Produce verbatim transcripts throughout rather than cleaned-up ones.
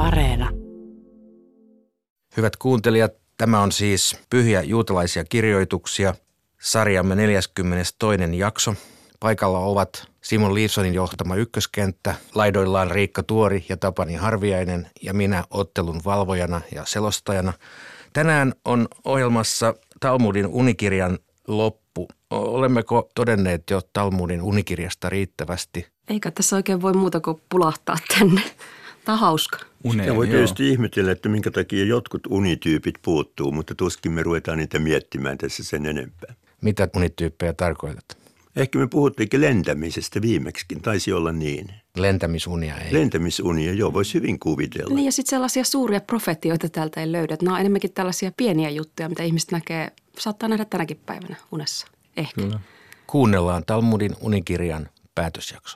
Areena. Hyvät kuuntelijat, tämä on siis Pyhiä juutalaisia kirjoituksia, sarjamme neljäskymmenestoinen jakso. Paikalla ovat Simon Liivsonin johtama ykköskenttä, laidoillaan Riikka Tuori ja Tapani Harviainen ja minä ottelun valvojana ja selostajana. Tänään on ohjelmassa Talmudin unikirjan loppu. Olemmeko todenneet jo Talmudin unikirjasta riittävästi? Eikä tässä oikein voi muuta kuin pulahtaa tänne. Tämä on hauska. Uneen, ja voi tietysti joo. ihmetellä, että minkä takia jotkut unityypit puuttuu, mutta tuskin me ruvetaan niitä miettimään tässä sen enempää. Mitä unityyppejä tarkoitat? Ehkä me puhuttiinkin lentämisestä viimeksikin, taisi olla niin. Lentämisunia ei. Lentämisunia, joo, voisi hyvin kuvitella. Niin ja sitten sellaisia suuria profetioita täältä ei löydä. Nämä on enemmänkin tällaisia pieniä juttuja, mitä ihmiset näkee, saattaa nähdä tänäkin päivänä unessa. Ehkä. Kyllä. Kuunnellaan Talmudin unikirjan päätösjakso.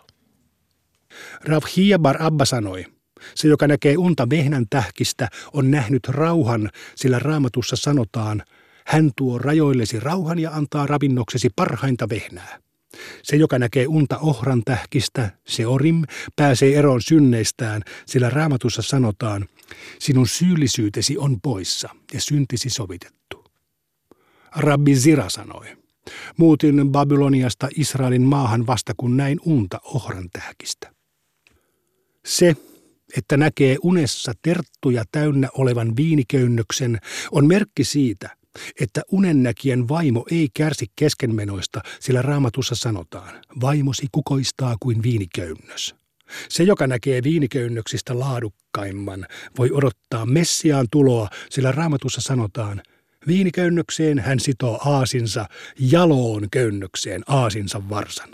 Rav Hia bar Abba sanoi, se joka näkee unta vehnän tähkistä on nähnyt rauhan, sillä Raamatussa sanotaan, hän tuo rajoillesi rauhan ja antaa ravinnoksesi parhainta vehnää. Se, joka näkee unta ohran tähkistä, se orim, pääsee eroon synneistään, sillä Raamatussa sanotaan, sinun syyllisyytesi on poissa ja syntisi sovitettu. Rabbi Zira sanoi, muutin Babyloniasta Israelin maahan vasta kun näin unta ohran tähkistä. Se, että näkee unessa terttuja täynnä olevan viiniköynnöksen, on merkki siitä, että unennäkijän vaimo ei kärsi keskenmenoista, sillä Raamatussa sanotaan, vaimosi kukoistaa kuin viiniköynnös. Se, joka näkee viiniköynnöksistä laadukkaimman, voi odottaa Messiaan tuloa, sillä Raamatussa sanotaan, viiniköynnökseen hän sitoo aasinsa, jaloon köynnökseen aasinsa varsan.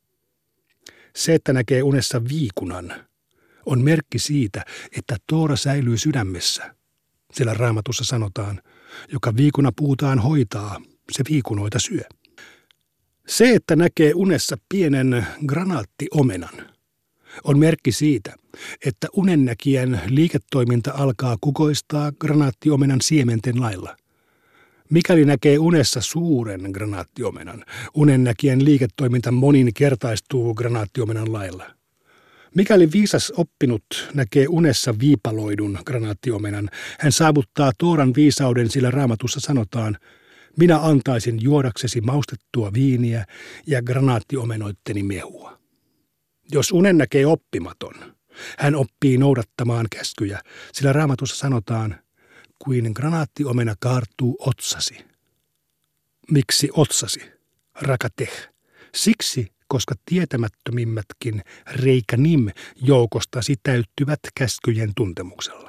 Se, että näkee unessa viikunan, on merkki siitä, että Toora säilyy sydämessä, sillä Raamatussa sanotaan, joka viikuna puutaan hoitaa, se viikunoita syö. Se, että näkee unessa pienen granaattiomenan, on merkki siitä, että unennäkijän liiketoiminta alkaa kukoistaa granaattiomenan siementen lailla. Mikäli näkee unessa suuren granaattiomenan, unennäkijän liiketoiminta moninkertaistuu granaattiomenan lailla. Mikäli viisas oppinut näkee unessa viipaloidun granaattiomenan, hän saavuttaa Tooran viisauden, sillä Raamatussa sanotaan, minä antaisin juodaksesi maustettua viiniä ja granaattiomenooitteni mehua. Jos unen näkee oppimaton, hän oppii noudattamaan käskyjä, sillä Raamatussa sanotaan, kuin granaattiomena kaartuu otsasi. Miksi otsasi? Rakateh. Siksi, koska tietämättömimmätkin reikänim joukostasi täyttyvät käskyjen tuntemuksella.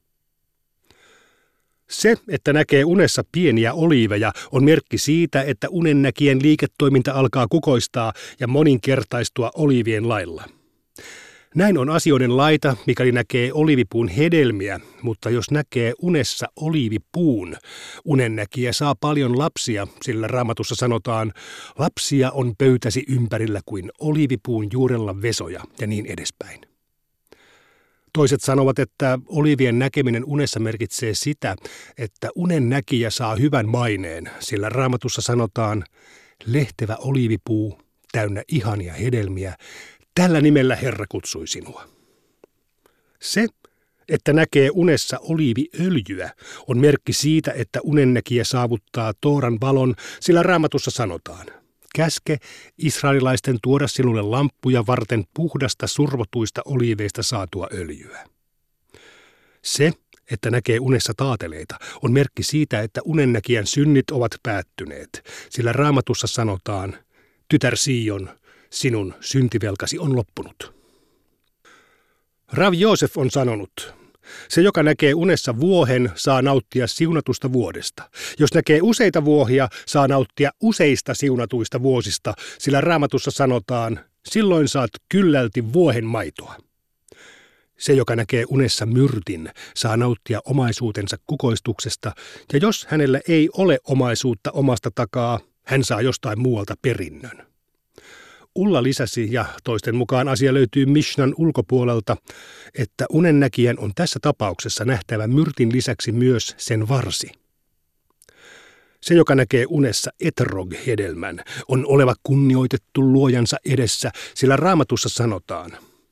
Se, että näkee unessa pieniä oliiveja, on merkki siitä, että unennäkijän liiketoiminta alkaa kukoistaa ja moninkertaistua oliivien lailla. Näin on asioiden laita, mikäli näkee oliivipuun hedelmiä, mutta jos näkee unessa oliivipuun, unennäkijä saa paljon lapsia, sillä Raamatussa sanotaan, lapsia on pöytäsi ympärillä kuin oliivipuun juurella vesoja ja niin edespäin. Toiset sanovat, että oliivien näkeminen unessa merkitsee sitä, että unennäkijä saa hyvän maineen, sillä Raamatussa sanotaan, lehtevä oliivipuu, täynnä ihania hedelmiä, tällä nimellä Herra kutsui sinua. Se, että näkee unessa oliiviöljyä, on merkki siitä, että unennäkijä saavuttaa Tooran valon, sillä Raamatussa sanotaan, käske israelilaisten tuoda sinulle lamppuja varten puhdasta survotuista oliiveista saatua öljyä. Se, että näkee unessa taateleita, on merkki siitä, että unennäkijän synnit ovat päättyneet, sillä Raamatussa sanotaan, tytär Sion, sinun syntivelkasi on loppunut. Rav Joosef on sanonut, se joka näkee unessa vuohen saa nauttia siunatusta vuodesta. Jos näkee useita vuohia, saa nauttia useista siunatuista vuosista, sillä Raamatussa sanotaan, silloin saat kyllälti vuohen maitoa. Se, joka näkee unessa myrtin, saa nauttia omaisuutensa kukoistuksesta, ja jos hänellä ei ole omaisuutta omasta takaa, hän saa jostain muualta perinnön. Ulla lisäsi, ja toisten mukaan asia löytyy Mishnan ulkopuolelta, että unennäkijän on tässä tapauksessa nähtävä myrtin lisäksi myös sen varsi. Se, joka näkee unessa etrog-hedelmän, on oleva kunnioitettu luojansa edessä, sillä Raamatussa sanotaan,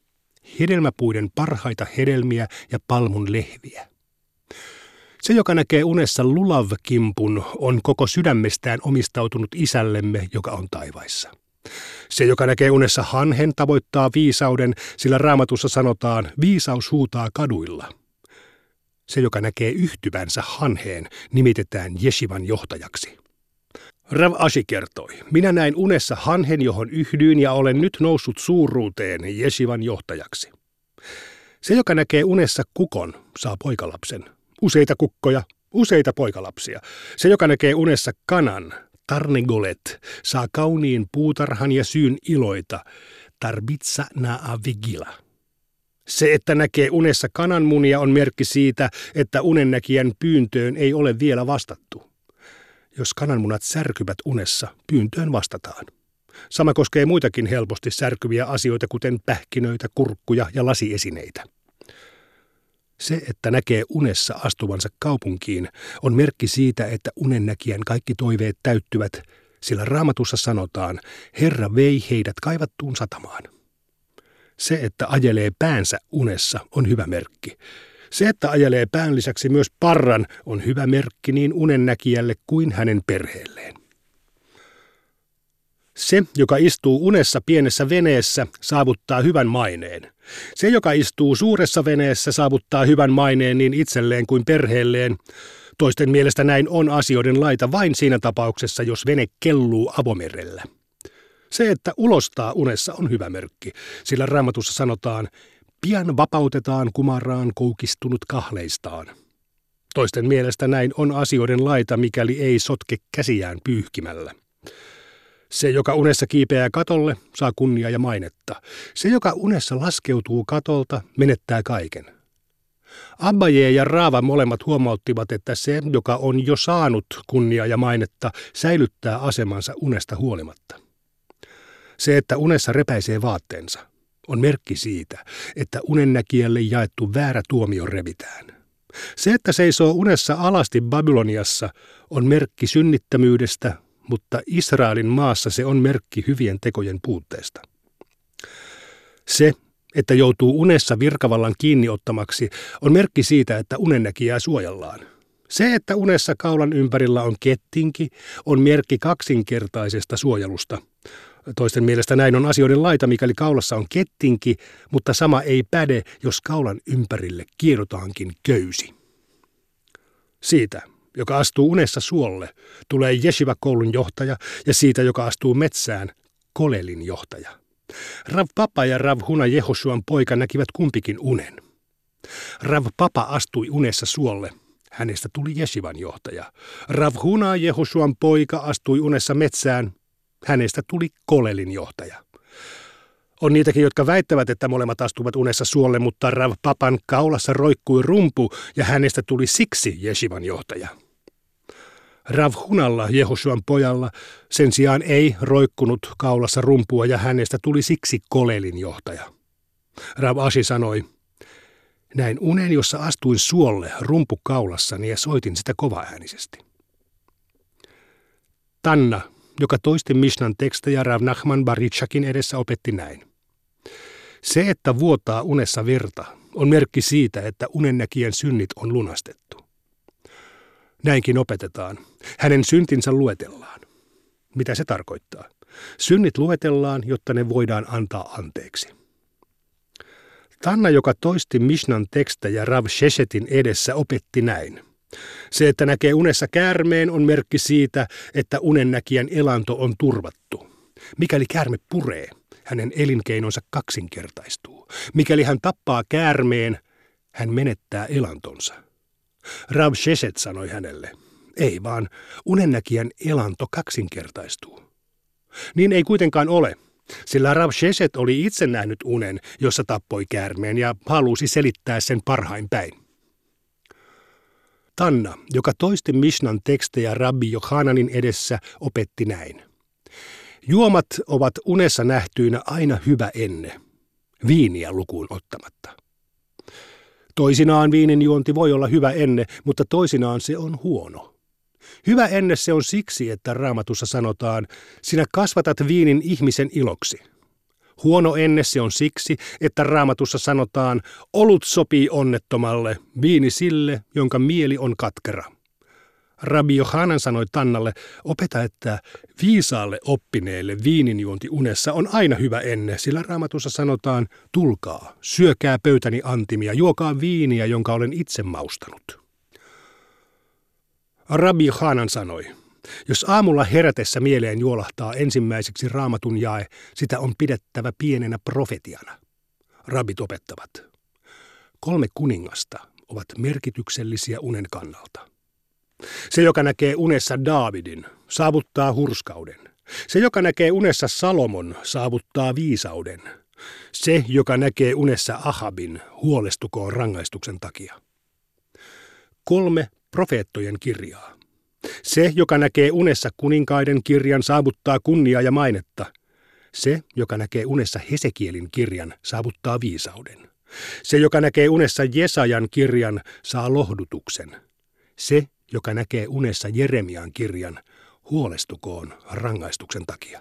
hedelmäpuiden parhaita hedelmiä ja palmun lehviä. Se, joka näkee unessa lulav-kimpun, on koko sydämestään omistautunut isällemme, joka on taivaissa. Se, joka näkee unessa hanhen, tavoittaa viisauden, sillä Raamatussa sanotaan, viisaus huutaa kaduilla. Se, joka näkee yhtyvänsä hanheen, nimitetään jeshivan johtajaksi. Rav Ashi kertoi, minä näin unessa hanhen, johon yhdyin ja olen nyt noussut suuruuteen jeshivan johtajaksi. Se, joka näkee unessa kukon, saa poikalapsen. Useita kukkoja, useita poikalapsia. Se, joka näkee unessa kanan, tarnegolet, saa kauniin puutarhan ja syyn iloita, tarbitsa naa vigila. Se, että näkee unessa kananmunia, on merkki siitä, että unennäkijän pyyntöön ei ole vielä vastattu. Jos kananmunat särkyvät unessa, pyyntöön vastataan. Sama koskee muitakin helposti särkyviä asioita, kuten pähkinöitä, kurkkuja ja lasiesineitä. Se, että näkee unessa astuvansa kaupunkiin, on merkki siitä, että unennäkijän kaikki toiveet täyttyvät, sillä Raamatussa sanotaan, Herra vei heidät kaivattuun satamaan. Se, että ajelee päänsä unessa, on hyvä merkki. Se, että ajelee pään lisäksi myös parran, on hyvä merkki niin unennäkijälle kuin hänen perheelleen. Se, joka istuu unessa pienessä veneessä, saavuttaa hyvän maineen. Se, joka istuu suuressa veneessä, saavuttaa hyvän maineen niin itselleen kuin perheelleen. Toisten mielestä näin on asioiden laita vain siinä tapauksessa, jos vene kelluu avomerellä. Se, että ulostaa unessa, on hyvä merkki, sillä Raamatussa sanotaan, pian vapautetaan kumaraan koukistunut kahleistaan. Toisten mielestä näin on asioiden laita, mikäli ei sotke käsiään pyyhkimällä. Se, joka unessa kiipeää katolle, saa kunnia ja mainetta. Se, joka unessa laskeutuu katolta, menettää kaiken. Abbaje ja Raava molemmat huomauttivat, että se, joka on jo saanut kunnia ja mainetta, säilyttää asemansa unesta huolimatta. Se, että unessa repäisee vaatteensa, on merkki siitä, että unennäkijälle jaettu väärä tuomio revitään. Se, että seisoo unessa alasti Babyloniassa, on merkki synnittömyydestä, mutta Israelin maassa se on merkki hyvien tekojen puutteesta. Se, että joutuu unessa virkavallan kiinniottamaksi, on merkki siitä, että unennäkijää suojellaan. Se, että unessa kaulan ympärillä on kettinki, on merkki kaksinkertaisesta suojelusta. Toisten mielestä näin on asioiden laita, mikäli kaulassa on kettinki, mutta sama ei päde, jos kaulan ympärille kiedotaankin köysi. Siitä, joka astuu unessa suolle, tulee jeshiva-koulun johtaja ja siitä, joka astuu metsään, kolelin johtaja. Rav Papa ja Rav Huna Jehoshuan poika näkivät kumpikin unen. Rav Papa astui unessa suolle. Hänestä tuli jeshivan johtaja. Rav Huna Jehoshuan poika astui unessa metsään. Hänestä tuli kolelin johtaja. On niitäkin, jotka väittävät, että molemmat astuvat unessa suolle, mutta Rav Papan kaulassa roikkui rumpu ja hänestä tuli siksi jeshivan johtaja. Rav Hunalla, Jehoshuan pojalla, sen sijaan ei roikkunut kaulassa rumpua ja hänestä tuli siksi kolelin johtaja. Rav Ashi sanoi, näin unen, jossa astuin suolle rumpu kaulassani ja soitin sitä kovaäänisesti. Tanna, joka toisti Mishnan tekstejä Rav Nachman bar Yitzhakin edessä, opetti näin. Se, että vuotaa unessa verta, on merkki siitä, että unennäkijän synnit on lunastettu. Näinkin opetetaan. Hänen syntinsä luetellaan. Mitä se tarkoittaa? Synnit luetellaan, jotta ne voidaan antaa anteeksi. Tanna, joka toisti Mishnan tekstejä Rav Sheshetin edessä, opetti näin. Se, että näkee unessa käärmeen, on merkki siitä, että unennäkijän elanto on turvattu. Mikäli käärme puree, hänen elinkeinonsa kaksinkertaistuu. Mikäli hän tappaa käärmeen, hän menettää elantonsa. Rav Sheshet sanoi hänelle, ei vaan, unennäkijän elanto kaksinkertaistuu. Niin ei kuitenkaan ole, sillä Rav Sheshet oli itse nähnyt unen, jossa tappoi käärmeen ja halusi selittää sen parhain päin. Tanna, joka toisti Mishnan tekstejä Rabbi Johananin edessä, opetti näin. Juomat ovat unessa nähtyinä aina hyvä enne, viiniä lukuun ottamatta. Toisinaan viinin juonti voi olla hyvä enne, mutta toisinaan se on huono. Hyvä enne se on siksi, että Raamatussa sanotaan, sinä kasvatat viinin ihmisen iloksi. Huono enne se on siksi, että Raamatussa sanotaan, olut sopii onnettomalle, viini sille, jonka mieli on katkera. Rabbi Johanan sanoi Tannalle, opeta, että viisaalle oppineelle viininjuonti unessa on aina hyvä enne, sillä Raamatussa sanotaan, tulkaa, syökää pöytäni antimia, juokaa viiniä, jonka olen itse maustanut. Rabbi Johanan sanoi, jos aamulla herätessä mieleen juolahtaa ensimmäiseksi Raamatun jae, sitä on pidettävä pienenä profetiana. Rabbit opettavat. Kolme kuningasta ovat merkityksellisiä unen kannalta. Se, joka näkee unessa Daavidin, saavuttaa hurskauden. Se, joka näkee unessa Salomon, saavuttaa viisauden. Se, joka näkee unessa Ahabin, huolestukoon rangaistuksen takia. Kolme profeettojen kirjaa. Se, joka näkee unessa kuninkaiden kirjan, saavuttaa kunniaa ja mainetta. Se, joka näkee unessa Hesekielin kirjan, saavuttaa viisauden. Se, joka näkee unessa Jesajan kirjan, saa lohdutuksen. Se, joka näkee unessa Jeremian kirjan, huolestukoon rangaistuksen takia.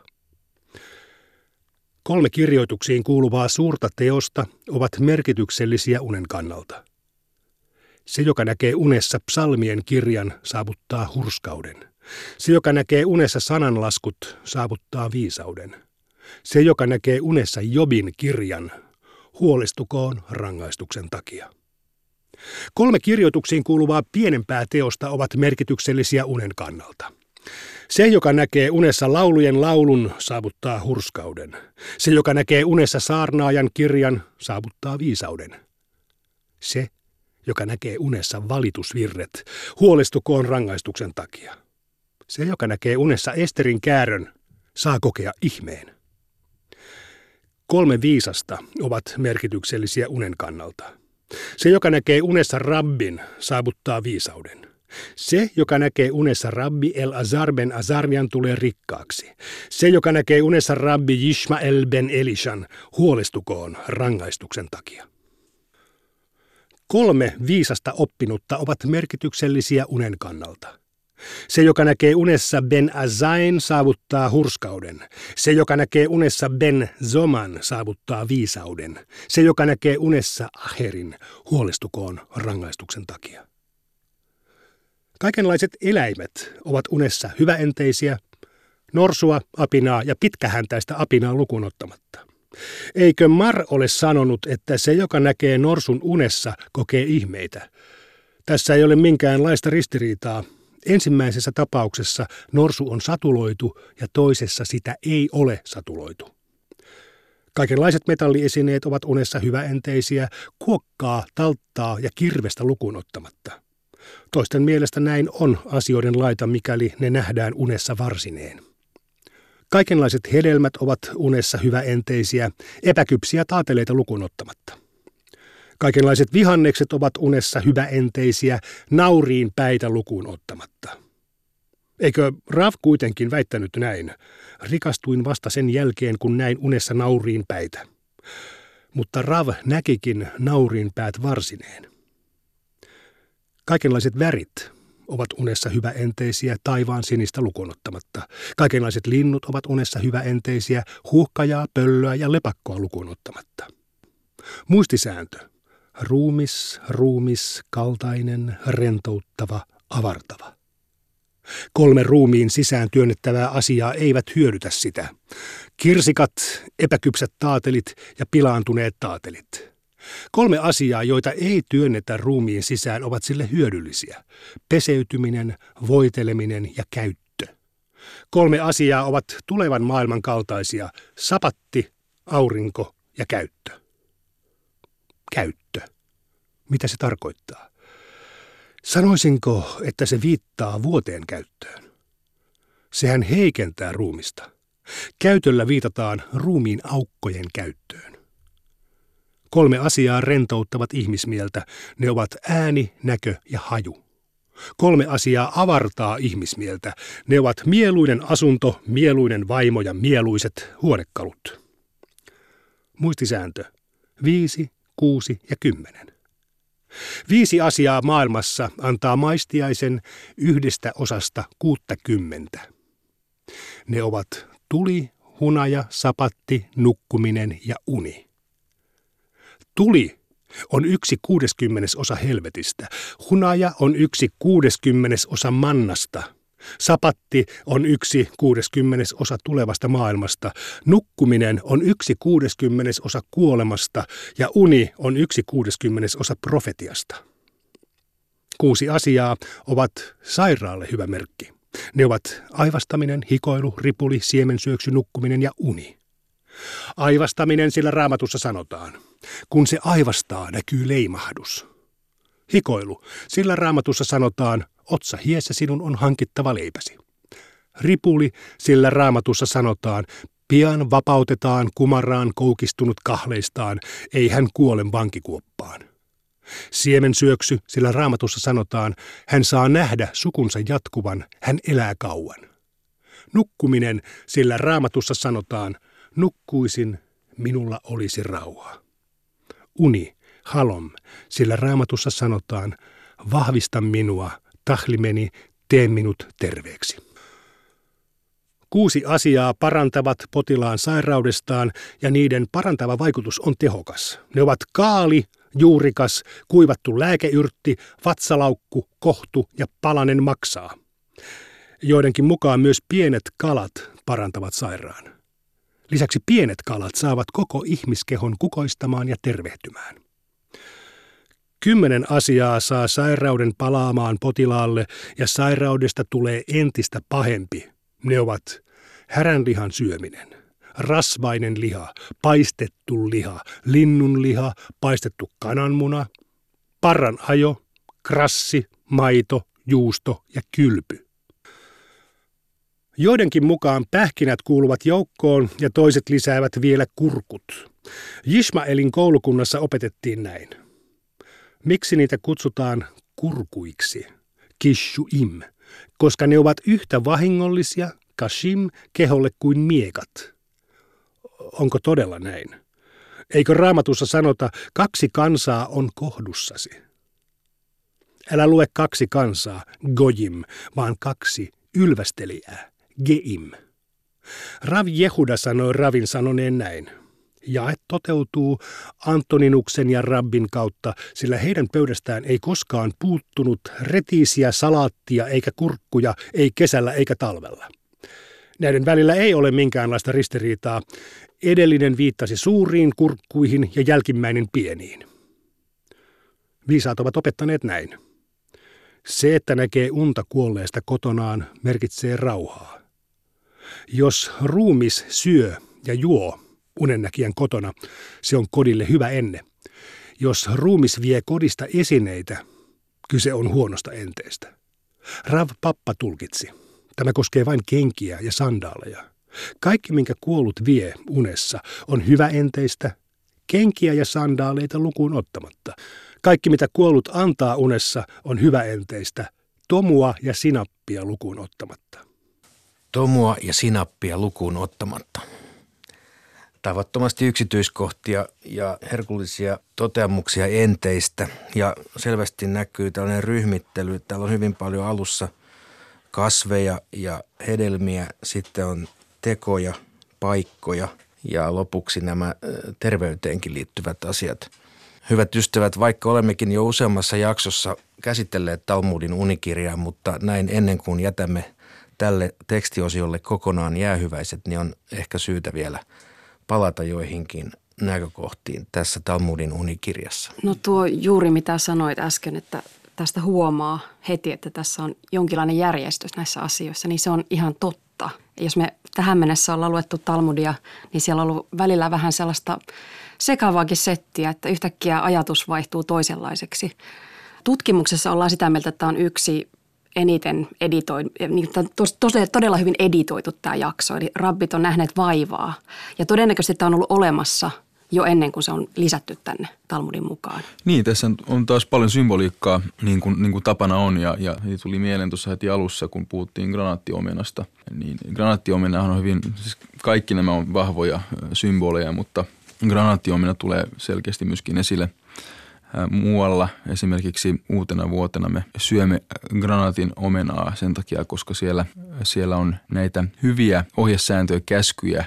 Kolme kirjoituksiin kuuluvaa suurta teosta ovat merkityksellisiä unen kannalta. Se, joka näkee unessa psalmien kirjan, saavuttaa hurskauden. Se, joka näkee unessa sananlaskut, saavuttaa viisauden. Se, joka näkee unessa Jobin kirjan, huolestukoon rangaistuksen takia. Kolme kirjoituksiin kuuluvaa pienempää teosta ovat merkityksellisiä unen kannalta. Se, joka näkee unessa laulujen laulun, saavuttaa hurskauden. Se, joka näkee unessa saarnaajan kirjan, saavuttaa viisauden. Se, joka näkee unessa valitusvirret, huolestukoon rangaistuksen takia. Se, joka näkee unessa Esterin käärön, saa kokea ihmeen. Kolme viisasta ovat merkityksellisiä unen kannalta. Se, joka näkee unessa rabbin, saavuttaa viisauden. Se, joka näkee unessa rabbi El-Azar ben Azarjan, tulee rikkaaksi. Se, joka näkee unessa rabbi Yishmael ben Elishan, huolestukoon rangaistuksen takia. Kolme viisasta oppinutta ovat merkityksellisiä unen kannalta. Se, joka näkee unessa Ben Azain, saavuttaa hurskauden. Se, joka näkee unessa Ben Zoman, saavuttaa viisauden. Se, joka näkee unessa Aherin, huolestukoon rangaistuksen takia. Kaikenlaiset eläimet ovat unessa hyväenteisiä, norsua, apinaa ja pitkähäntäistä apinaa lukuun ottamatta. Eikö Mar ole sanonut, että se, joka näkee norsun unessa, kokee ihmeitä? Tässä ei ole minkäänlaista ristiriitaa. Ensimmäisessä tapauksessa norsu on satuloitu ja toisessa sitä ei ole satuloitu. Kaikenlaiset metalliesineet ovat unessa hyväenteisiä, kuokkaa, talttaa ja kirvestä lukuun ottamatta. Toisten mielestä näin on asioiden laita, mikäli ne nähdään unessa varsineen. Kaikenlaiset hedelmät ovat unessa hyväenteisiä, epäkypsiä taateleita lukuun ottamatta. Kaikenlaiset vihannekset ovat unessa hyväenteisiä, nauriin päitä lukuun ottamatta. Eikö Rav kuitenkin väittänyt näin? Rikastuin vasta sen jälkeen, kun näin unessa nauriin päitä. Mutta Rav näkikin nauriin päät varsineen. Kaikenlaiset värit ovat unessa hyväenteisiä, taivaan sinistä lukuun ottamatta. Kaikenlaiset linnut ovat unessa hyväenteisiä, huuhkajaa, pöllöä ja lepakkoa lukuun ottamatta. Muistisääntö. Ruumis, ruumis, kaltainen, rentouttava, avartava. Kolme ruumiin sisään työnnettävää asiaa eivät hyödytä sitä. Kirsikat, epäkypsät taatelit ja pilaantuneet taatelit. Kolme asiaa, joita ei työnnetä ruumiin sisään, ovat sille hyödyllisiä. Peseytyminen, voiteleminen ja käyttö. Kolme asiaa ovat tulevan maailman kaltaisia. Sapatti, aurinko ja käyttö. Käyttö. Mitä se tarkoittaa? Sanoisinko, että se viittaa vuoteen käyttöön? Sehän heikentää ruumista. Käytöllä viitataan ruumiin aukkojen käyttöön. Kolme asiaa rentouttavat ihmismieltä. Ne ovat ääni, näkö ja haju. Kolme asiaa avartaa ihmismieltä. Ne ovat mieluinen asunto, mieluinen vaimo ja mieluiset huonekalut. Muistisääntö. Viisi, kuusi ja kymmenen. Viisi asiaa maailmassa antaa maistiaisen yhdestä osasta kuuttakymmentä. Ne ovat tuli, hunaja, sapatti, nukkuminen ja uni. Tuli on yksi kuudeskymmenes osa helvetistä. Hunaja on yksi kuudeskymmenes osa mannasta. Sapatti on yksi kuudeskymmenes osa tulevasta maailmasta. Nukkuminen on yksi kuudeskymmenes osa kuolemasta ja uni on yksi kuudeskymmenes osa profetiasta. Kuusi asiaa ovat sairaalle hyvä merkki. Ne ovat aivastaminen, hikoilu, ripuli, siemensyöksy, nukkuminen ja uni. Aivastaminen, sillä Raamatussa sanotaan. Kun se aivastaa, näkyy leimahdus. Hikoilu, sillä Raamatussa sanotaan, otsa hiessä sinun on hankittava leipäsi. Ripuli, sillä Raamatussa sanotaan, pian vapautetaan kumaraan koukistunut kahleistaan, ei hän kuole vankikuoppaan. Siemensyöksy, sillä Raamatussa sanotaan, hän saa nähdä sukunsa jatkuvan, hän elää kauan. Nukkuminen, sillä Raamatussa sanotaan, nukkuisin, minulla olisi rauha. Uni, halom, sillä Raamatussa sanotaan, vahvista minua, tahlimeni, tee minut terveeksi. Kuusi asiaa parantavat potilaan sairaudestaan ja niiden parantava vaikutus on tehokas. Ne ovat kaali, juurikas, kuivattu lääkeyrtti, vatsalaukku, kohtu ja palanen maksaa. Joidenkin mukaan myös pienet kalat parantavat sairaan. Lisäksi pienet kalat saavat koko ihmiskehon kukoistamaan ja tervehtymään. Kymmenen asiaa saa sairauden palaamaan potilaalle ja sairaudesta tulee entistä pahempi. Ne ovat häränlihan syöminen, rasvainen liha, paistettu liha, linnunliha, paistettu kananmuna, parran ajo, krassi, maito, juusto ja kylpy. Joidenkin mukaan pähkinät kuuluvat joukkoon ja toiset lisäävät vielä kurkut. Jishmaelin koulukunnassa opetettiin näin. Miksi niitä kutsutaan kurkuiksi, kishuim, koska ne ovat yhtä vahingollisia, kashim, keholle kuin miekat. Onko todella näin? Eikö Raamatussa sanota, kaksi kansaa on kohdussasi? Älä lue kaksi kansaa, gojim, vaan kaksi ylvästelijää, geim. Rav Jehuda sanoi Ravin sanoneen näin. Jae toteutuu Antoninuksen ja Rabbin kautta, sillä heidän pöydästään ei koskaan puuttunut retiisiä, salaattia eikä kurkkuja, ei kesällä eikä talvella. Näiden välillä ei ole minkäänlaista ristiriitaa. Edellinen viittasi suuriin kurkkuihin ja jälkimmäinen pieniin. Viisaat ovat opettaneet näin. Se, että näkee unta kuolleesta kotonaan, merkitsee rauhaa. Jos ruumis syö ja juo unennäkijän kotona, se on kodille hyvä enne. Jos ruumis vie kodista esineitä, kyse on huonosta enteestä. Rav Pappa tulkitsi. Tämä koskee vain kenkiä ja sandaaleja. Kaikki, minkä kuollut vie unessa, on hyvä enteistä, kenkiä ja sandaaleita lukuun ottamatta. Kaikki, mitä kuollut antaa unessa, on hyvä enteistä, tomua ja sinappia lukuun ottamatta. Tomua ja sinappia lukuun ottamatta. Tavattomasti yksityiskohtia ja herkullisia toteamuksia enteistä ja selvästi näkyy tällainen ryhmittely. Täällä on hyvin paljon alussa kasveja ja hedelmiä, sitten on tekoja, paikkoja ja lopuksi nämä terveyteenkin liittyvät asiat. Hyvät ystävät, vaikka olemmekin jo useammassa jaksossa käsitelleet Talmudin unikirjaa, mutta näin ennen kuin jätämme tälle tekstiosiolle kokonaan jäähyväiset, niin on ehkä syytä vielä palata joihinkin näkökohtiin tässä Talmudin unikirjassa. No tuo juuri mitä sanoit äsken, että tästä huomaa heti, että tässä on jonkinlainen järjestys näissä asioissa, niin se on ihan totta. Jos me tähän mennessä ollaan luettu Talmudia, niin siellä on ollut välillä vähän sellaista sekavaakin settiä, että yhtäkkiä ajatus vaihtuu toisenlaiseksi. Tutkimuksessa ollaan sitä mieltä, että tämä on yksi eniten editoitu, niin tos, tos, todella hyvin editoitu tämä jakso. Eli rabbit on nähneet vaivaa ja todennäköisesti tämä on ollut olemassa jo ennen kuin se on lisätty tänne Talmudin mukaan. Niin, tässä on taas paljon symboliikkaa, niin kuin, niin kuin tapana on, ja, ja tuli mieleen tuossa heti alussa, kun puhuttiin granaattiomenasta. Niin granaattiomenahan on hyvin, siis kaikki nämä on vahvoja symboleja, mutta granaattiomena tulee selkeästi myöskin esille muualla. Esimerkiksi uutena vuotena me syömme granaatin omenaa sen takia, koska siellä, siellä on näitä hyviä ohjesääntöjä, käskyjä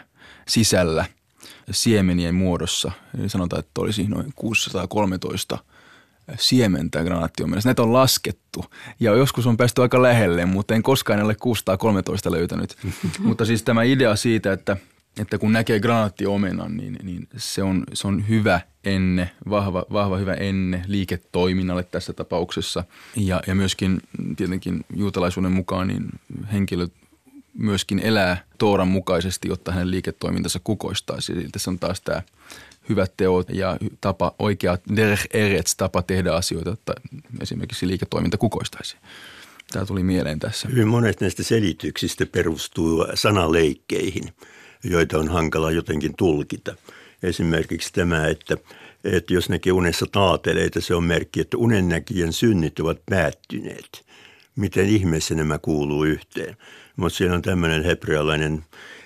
sisällä siemenien muodossa. Eli sanotaan, että olisi noin kuusisataakolmetoista siementä granaattiomenassa. Näitä on laskettu ja joskus on päästy aika lähelle, mutta en koskaan ole kuusisataakolmetoista löytänyt. Mutta siis tämä idea siitä, että, että kun näkee granaattiomenan, niin, niin se, on, se on hyvä enne, vahva, vahva hyvä enne liiketoiminnalle tässä tapauksessa. Ja, ja myöskin tietenkin juutalaisuuden mukaan niin henkilö myöskin elää Tooran mukaisesti, jotta hänen liiketoimintansa kukoistaisi. Eli tässä on taas tämä hyvät teot ja tapa, oikea derech eretz tapa tehdä asioita, että esimerkiksi liiketoiminta kukoistaisi. Tämä tuli mieleen tässä. Hyvin monet näistä selityksistä perustuu sanaleikkeihin, joita on hankala jotenkin tulkita. Esimerkiksi tämä, että, että jos näkee unessa taateleita, se on merkki, että unennäkijän synnit ovat päättyneet. Miten ihmeessä nämä kuuluu yhteen? Mutta siinä on tämmöinen hebrealainen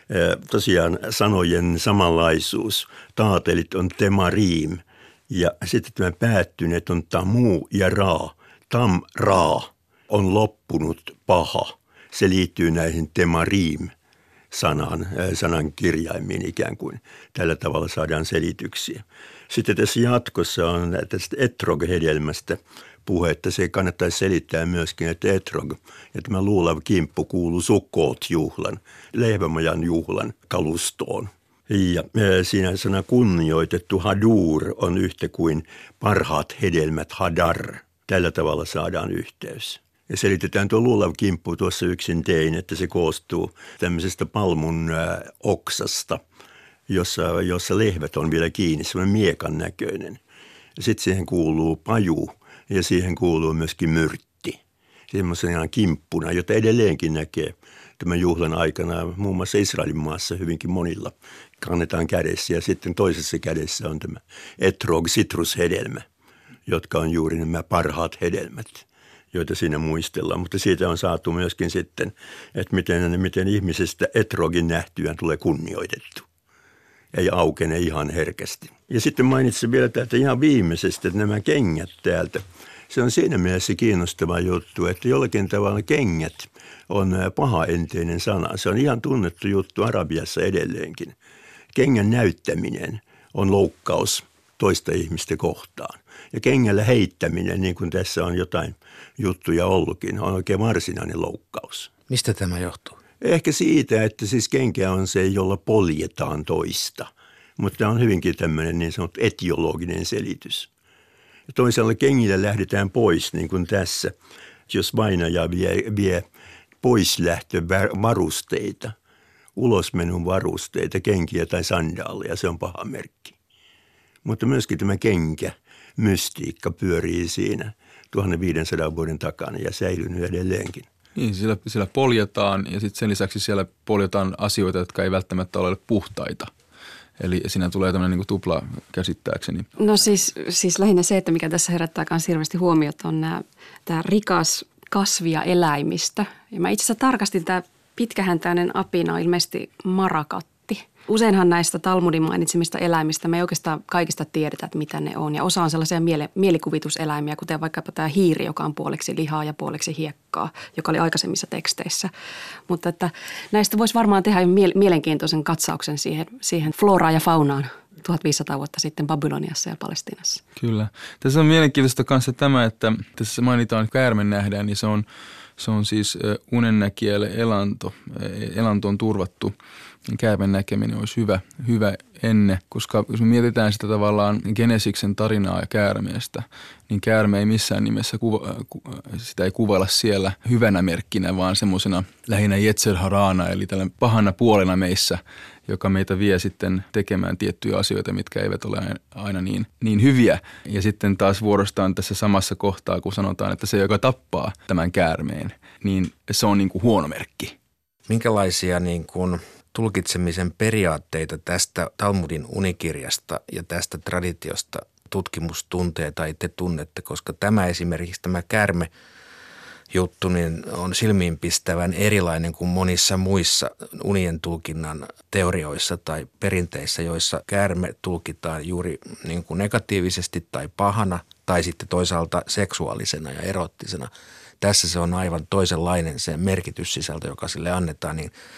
tosiaan sanojen samanlaisuus. Taatelit on temarim ja sitten tämä päättyneet on tamu ja raa. Tam raa on loppunut paha. Se liittyy näihin temarim sanan, sanan kirjaimiin ikään kuin. Tällä tavalla saadaan selityksiä. Sitten tässä jatkossa on tästä etrog-hedelmästä puhetta. Se kannattaisi selittää myöskin, että etrog ja tämä luulav kimppu kuuluu Sukkot-juhlan, Lehvämajan juhlan kalustoon. Ja siinä sana kunnioitettu hadur on yhtä kuin parhaat hedelmät hadar. Tällä tavalla saadaan yhteys. Ja selitetään tuo luulav kimppu tuossa yksin tein, että se koostuu tämmöisestä palmun oksasta, jossa, jossa lehvät on vielä kiinni, semmoinen miekan näköinen. Sitten siihen kuuluu paju. Ja siihen kuuluu myöskin myrtti, semmoisena kimppuna, jota edelleenkin näkee tämän juhlan aikana. Muun muassa Israelin maassa hyvinkin monilla kannetaan kädessä ja sitten toisessa kädessä on tämä etrog citrushedelmä, jotka on juuri nämä parhaat hedelmät, joita siinä muistellaan. Mutta siitä on saatu myöskin sitten, että miten, miten ihmisestä etrogin nähtyään tulee kunnioitettu. Ei aukene ihan herkästi. Ja sitten mainitsin vielä täältä ihan viimeisestä, että nämä kengät täältä. Se on siinä mielessä kiinnostava juttu, että jollakin tavalla kengät on pahaenteinen sana. Se on ihan tunnettu juttu Arabiassa edelleenkin. Kengän näyttäminen on loukkaus toista ihmistä kohtaan. Ja kengällä heittäminen, niin kuin tässä on jotain juttuja ollutkin, on oikein varsinainen loukkaus. Mistä tämä johtuu? Ehkä siitä, että siis kenkä on se, jolla poljetaan toista. Mutta tämä on hyvinkin tämmöinen niin sanottu etiologinen selitys. Ja toisaalta kengillä lähdetään pois, niin kuin tässä. Jos vainaja vie, vie poislähtövarusteita, ulosmenun varusteita, kenkiä tai sandaaleja, se on paha merkki. Mutta myöskin tämä kenkä, mystiikka pyörii siinä tuhatviisisataa vuoden takana ja säilynyt edelleenkin. Niin, siellä, siellä poljetaan ja sitten sen lisäksi siellä poljetaan asioita, jotka ei välttämättä ole puhtaita. Eli siinä tulee tämmöinen niin kuin tupla käsittääkseni. No siis, siis lähinnä se, että mikä tässä herättää myös hirveästi huomiota on nämä, tämä rikas kasvia eläimistä. Ja mä itse asiassa tarkastin, tämä pitkähäntäinen apina on ilmeisesti marakatti. Useinhan näistä Talmudin mainitsemista eläimistä me ei oikeastaan kaikista tiedetä, että mitä ne on. Ja osa on sellaisia miele- mielikuvituseläimiä, kuten vaikkapa tämä hiiri, joka on puoleksi lihaa ja puoleksi hiekkaa, joka oli aikaisemmissa teksteissä. Mutta että näistä voisi varmaan tehdä mie- mielenkiintoisen katsauksen siihen, siihen floraan ja faunaan tuhatviisisataa vuotta sitten Babyloniassa ja Palestiinassa. Kyllä. Tässä on mielenkiintoista kanssa tämä, että tässä mainitaan, että käärme nähdään, niin se on, se on siis unennäkijälle elanto. Elanto on turvattu. Käärmen näkeminen olisi hyvä, hyvä enne, koska jos me mietitään sitä tavallaan Genesiksen tarinaa ja käärmeestä, niin käärme ei missään nimessä, kuva, sitä ei kuvailla siellä hyvänä merkkinä, vaan semmoisena lähinnä Yetzer Harana, eli tällainen pahana puolena meissä, joka meitä vie sitten tekemään tiettyjä asioita, mitkä eivät ole aina niin, niin hyviä. Ja sitten taas vuorostaan tässä samassa kohtaa, kun sanotaan, että se, joka tappaa tämän käärmeen, niin se on niin kuin huono merkki. Minkälaisia niin kuin tulkitsemisen periaatteita tästä Talmudin unikirjasta ja tästä traditiosta tutkimus tuntee tai te tunnette, koska tämä esimerkiksi tämä käärme juttu niin on silmiinpistävän erilainen kuin monissa muissa unien tulkinnan teorioissa tai perinteissä, joissa käärme tulkitaan juuri niin kuin negatiivisesti tai pahana tai sitten toisaalta seksuaalisena ja erottisena. Tässä se on aivan toisenlainen se merkityssisältö, joka sille annetaan, niin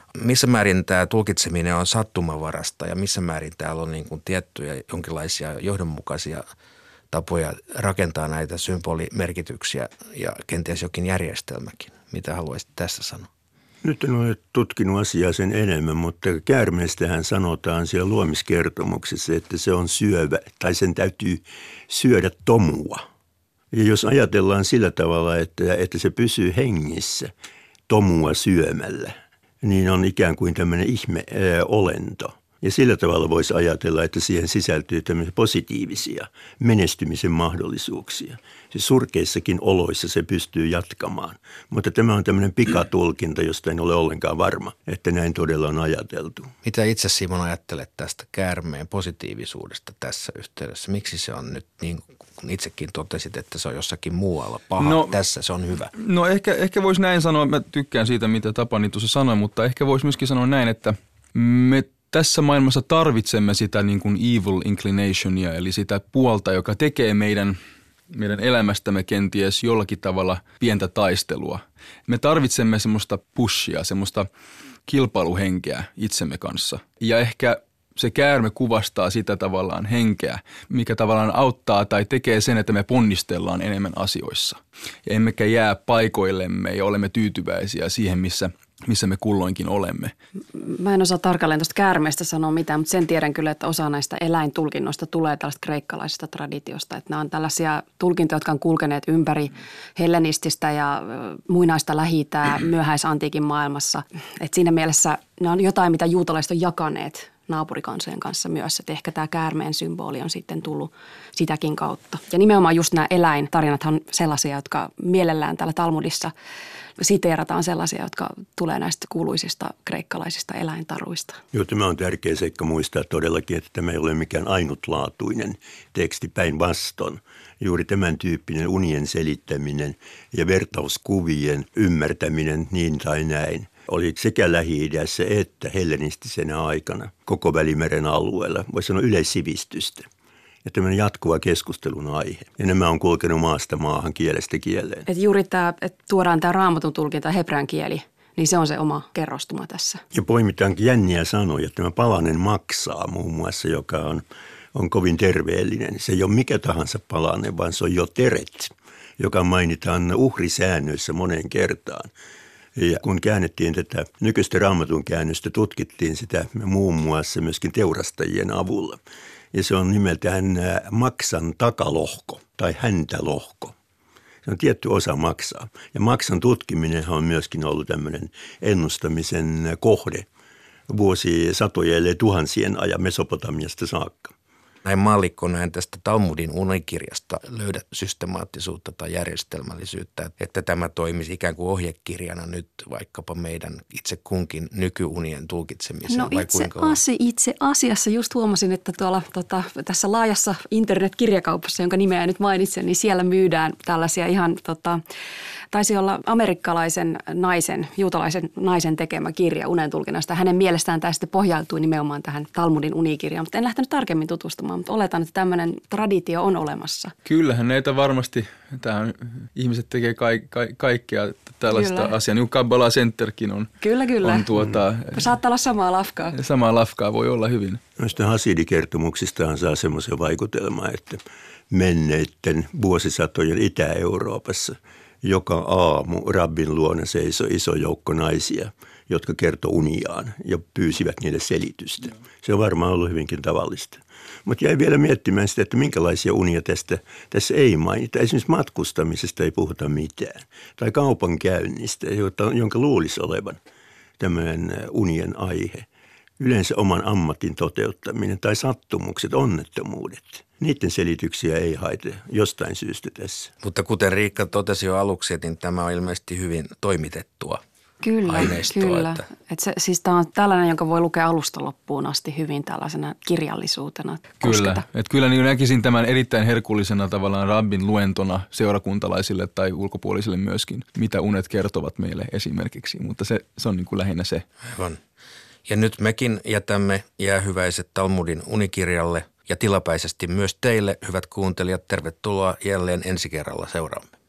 Missä määrin tämä tulkitseminen on sattumavarasta ja missä määrin täällä on niin kuin tiettyjä jonkinlaisia johdonmukaisia tapoja rakentaa näitä symbolimerkityksiä ja kenties jokin järjestelmäkin? Mitä haluaisit tässä sanoa? Nyt en ole tutkinut asiaa sen enemmän, mutta käärmeestähän sanotaan siellä luomiskertomuksessa, että se on syövä tai sen täytyy syödä tomua. Ja jos ajatellaan sillä tavalla, että, että se pysyy hengissä tomua syömällä, niin on ikään kuin tämmöinen ihme ää, olento. Ja sillä tavalla voisi ajatella, että siihen sisältyy tämmöisiä positiivisia menestymisen mahdollisuuksia. Siis surkeissakin oloissa se pystyy jatkamaan. Mutta tämä on tämmöinen pikatulkinta, josta en ole ollenkaan varma, että näin todella on ajateltu. Mitä itse Simon ajattelet tästä käärmeen positiivisuudesta tässä yhteydessä? Miksi se on nyt niin kuin itsekin totesit, että se on jossakin muualla paha, no, tässä se on hyvä? No ehkä, ehkä voisi näin sanoa, mä tykkään siitä, mitä Tapani tuossa sanoi, mutta ehkä voisi myöskin sanoa näin, että me tässä maailmassa tarvitsemme sitä niin kuin evil inclinationia, eli sitä puolta, joka tekee meidän, meidän elämästämme kenties jollakin tavalla pientä taistelua. Me tarvitsemme semmoista pushia, semmoista kilpailuhenkeä itsemme kanssa. Ja ehkä se käärme kuvastaa sitä tavallaan henkeä, mikä tavallaan auttaa tai tekee sen, että me ponnistellaan enemmän asioissa. Ja emmekä jää paikoillemme ja olemme tyytyväisiä siihen, missä missä me kulloinkin olemme. Mä en osaa tarkalleen tuosta käärmeestä sanoa mitään, mutta sen tiedän kyllä, että osa näistä eläintulkinnoista tulee tällaista kreikkalaisesta traditiosta. Että nämä on tällaisia tulkintoja, jotka on kulkeneet ympäri hellenististä ja muinaista Lähi-Itää myöhäisantiikin maailmassa. Että siinä mielessä ne on jotain, mitä juutalaiset on jakaneet naapurikansojen kanssa myös. Että ehkä tämä käärmeen symboli on sitten tullut sitäkin kautta. Ja nimenomaan just nämä eläintarinathan on sellaisia, jotka mielellään täällä Talmudissa siteerataan sellaisia, jotka tulee näistä kuuluisista kreikkalaisista eläintaruista. Joo, tämä on tärkeä seikka muistaa todellakin, että tämä ei ole mikään ainutlaatuinen teksti päinvastoin. Juuri tämän tyyppinen unien selittäminen ja vertauskuvien ymmärtäminen niin tai näin oli sekä Lähi-idässä että hellenistisenä aikana koko Välimeren alueella, voisi sanoa yleissivistystä. Ja tämmöinen jatkuva keskustelun aihe. Ja nämä on kulkenut maasta maahan, kielestä kieleen. Et juuri tämä, että tuodaan tämä raamatun tulkinta hebrean kieli, niin se on se oma kerrostuma tässä. Ja poimitaankin jänniä sanoja. Tämä palanen maksaa muun muassa, joka on, on kovin terveellinen. Se ei ole mikä tahansa palanen, vaan se on jo teret, joka mainitaan uhrisäännöissä moneen kertaan. Ja kun käännettiin tätä nykyistä raamatun käännöstä, tutkittiin sitä muun muassa myöskin teurastajien avulla. Ja se on nimeltään maksan takalohko tai häntälohko. Se on tietty osa maksaa. Ja maksan tutkiminen on myöskin ollut tämmöinen ennustamisen kohde vuosisatojen ellei tuhansien ajan Mesopotamiasta saakka. Näin maallikkona en tästä Talmudin unikirjasta löydä systemaattisuutta tai järjestelmällisyyttä, että tämä toimisi ikään kuin ohjekirjana nyt vaikkapa meidän itse kunkin nykyunien tulkitsemiseen. No vai itse, asi, itse asiassa just huomasin, että tuolla tota, tässä laajassa internetkirjakaupassa, jonka nimeä nyt mainitsen, niin siellä myydään tällaisia ihan, tota, taisi olla amerikkalaisen naisen, juutalaisen naisen tekemä kirja unen tulkinnasta. Hänen mielestään tämä sitten pohjautui nimenomaan tähän Talmudin unikirjaan, mutta en lähtenyt tarkemmin tutustumaan. Mutta oletan, että tämmöinen traditio on olemassa. Kyllähän näitä varmasti, tähän ihmiset tekee ka- ka- kaikkea tällaista kyllä. asiaa. Niin kuin Kabbalah Centerkin on. Kyllä, kyllä. On tuota, saattaa olla samaa lafkaa. Samaa lafkaa voi olla hyvin. Noista hasidikertomuksistahan saa semmoisen vaikutelman, että menneiden vuosisatojen Itä-Euroopassa joka aamu rabbin luona seisoi iso joukko naisia, jotka kertoi uniaan ja pyysivät niille selitystä. Se on varmaan ollut hyvinkin tavallista. Mutta jäi vielä miettimään sitä, että minkälaisia unia tästä, tässä ei mainita. Esimerkiksi matkustamisesta ei puhuta mitään. Tai kaupankäynnistä, jonka luulisi olevan tämmöinen unien aihe. Yleensä oman ammatin toteuttaminen tai sattumukset, onnettomuudet. Niiden selityksiä ei haeta jostain syystä tässä. Mutta kuten Riikka totesi jo aluksi, niin tämä on ilmeisesti hyvin toimitettua. Kyllä, kyllä. Että. Et se, siis tämä on tällainen, jonka voi lukea alusta loppuun asti hyvin tällaisena kirjallisuutena. Kyllä, että kyllä niin näkisin tämän erittäin herkullisena tavallaan rabbin luentona seurakuntalaisille tai ulkopuolisille myöskin, mitä unet kertovat meille esimerkiksi, mutta se, se on niin kuin lähinnä se. Aivan. Ja nyt mekin jätämme jäähyväiset Talmudin unikirjalle ja tilapäisesti myös teille, hyvät kuuntelijat, tervetuloa jälleen ensi kerralla seuraamme.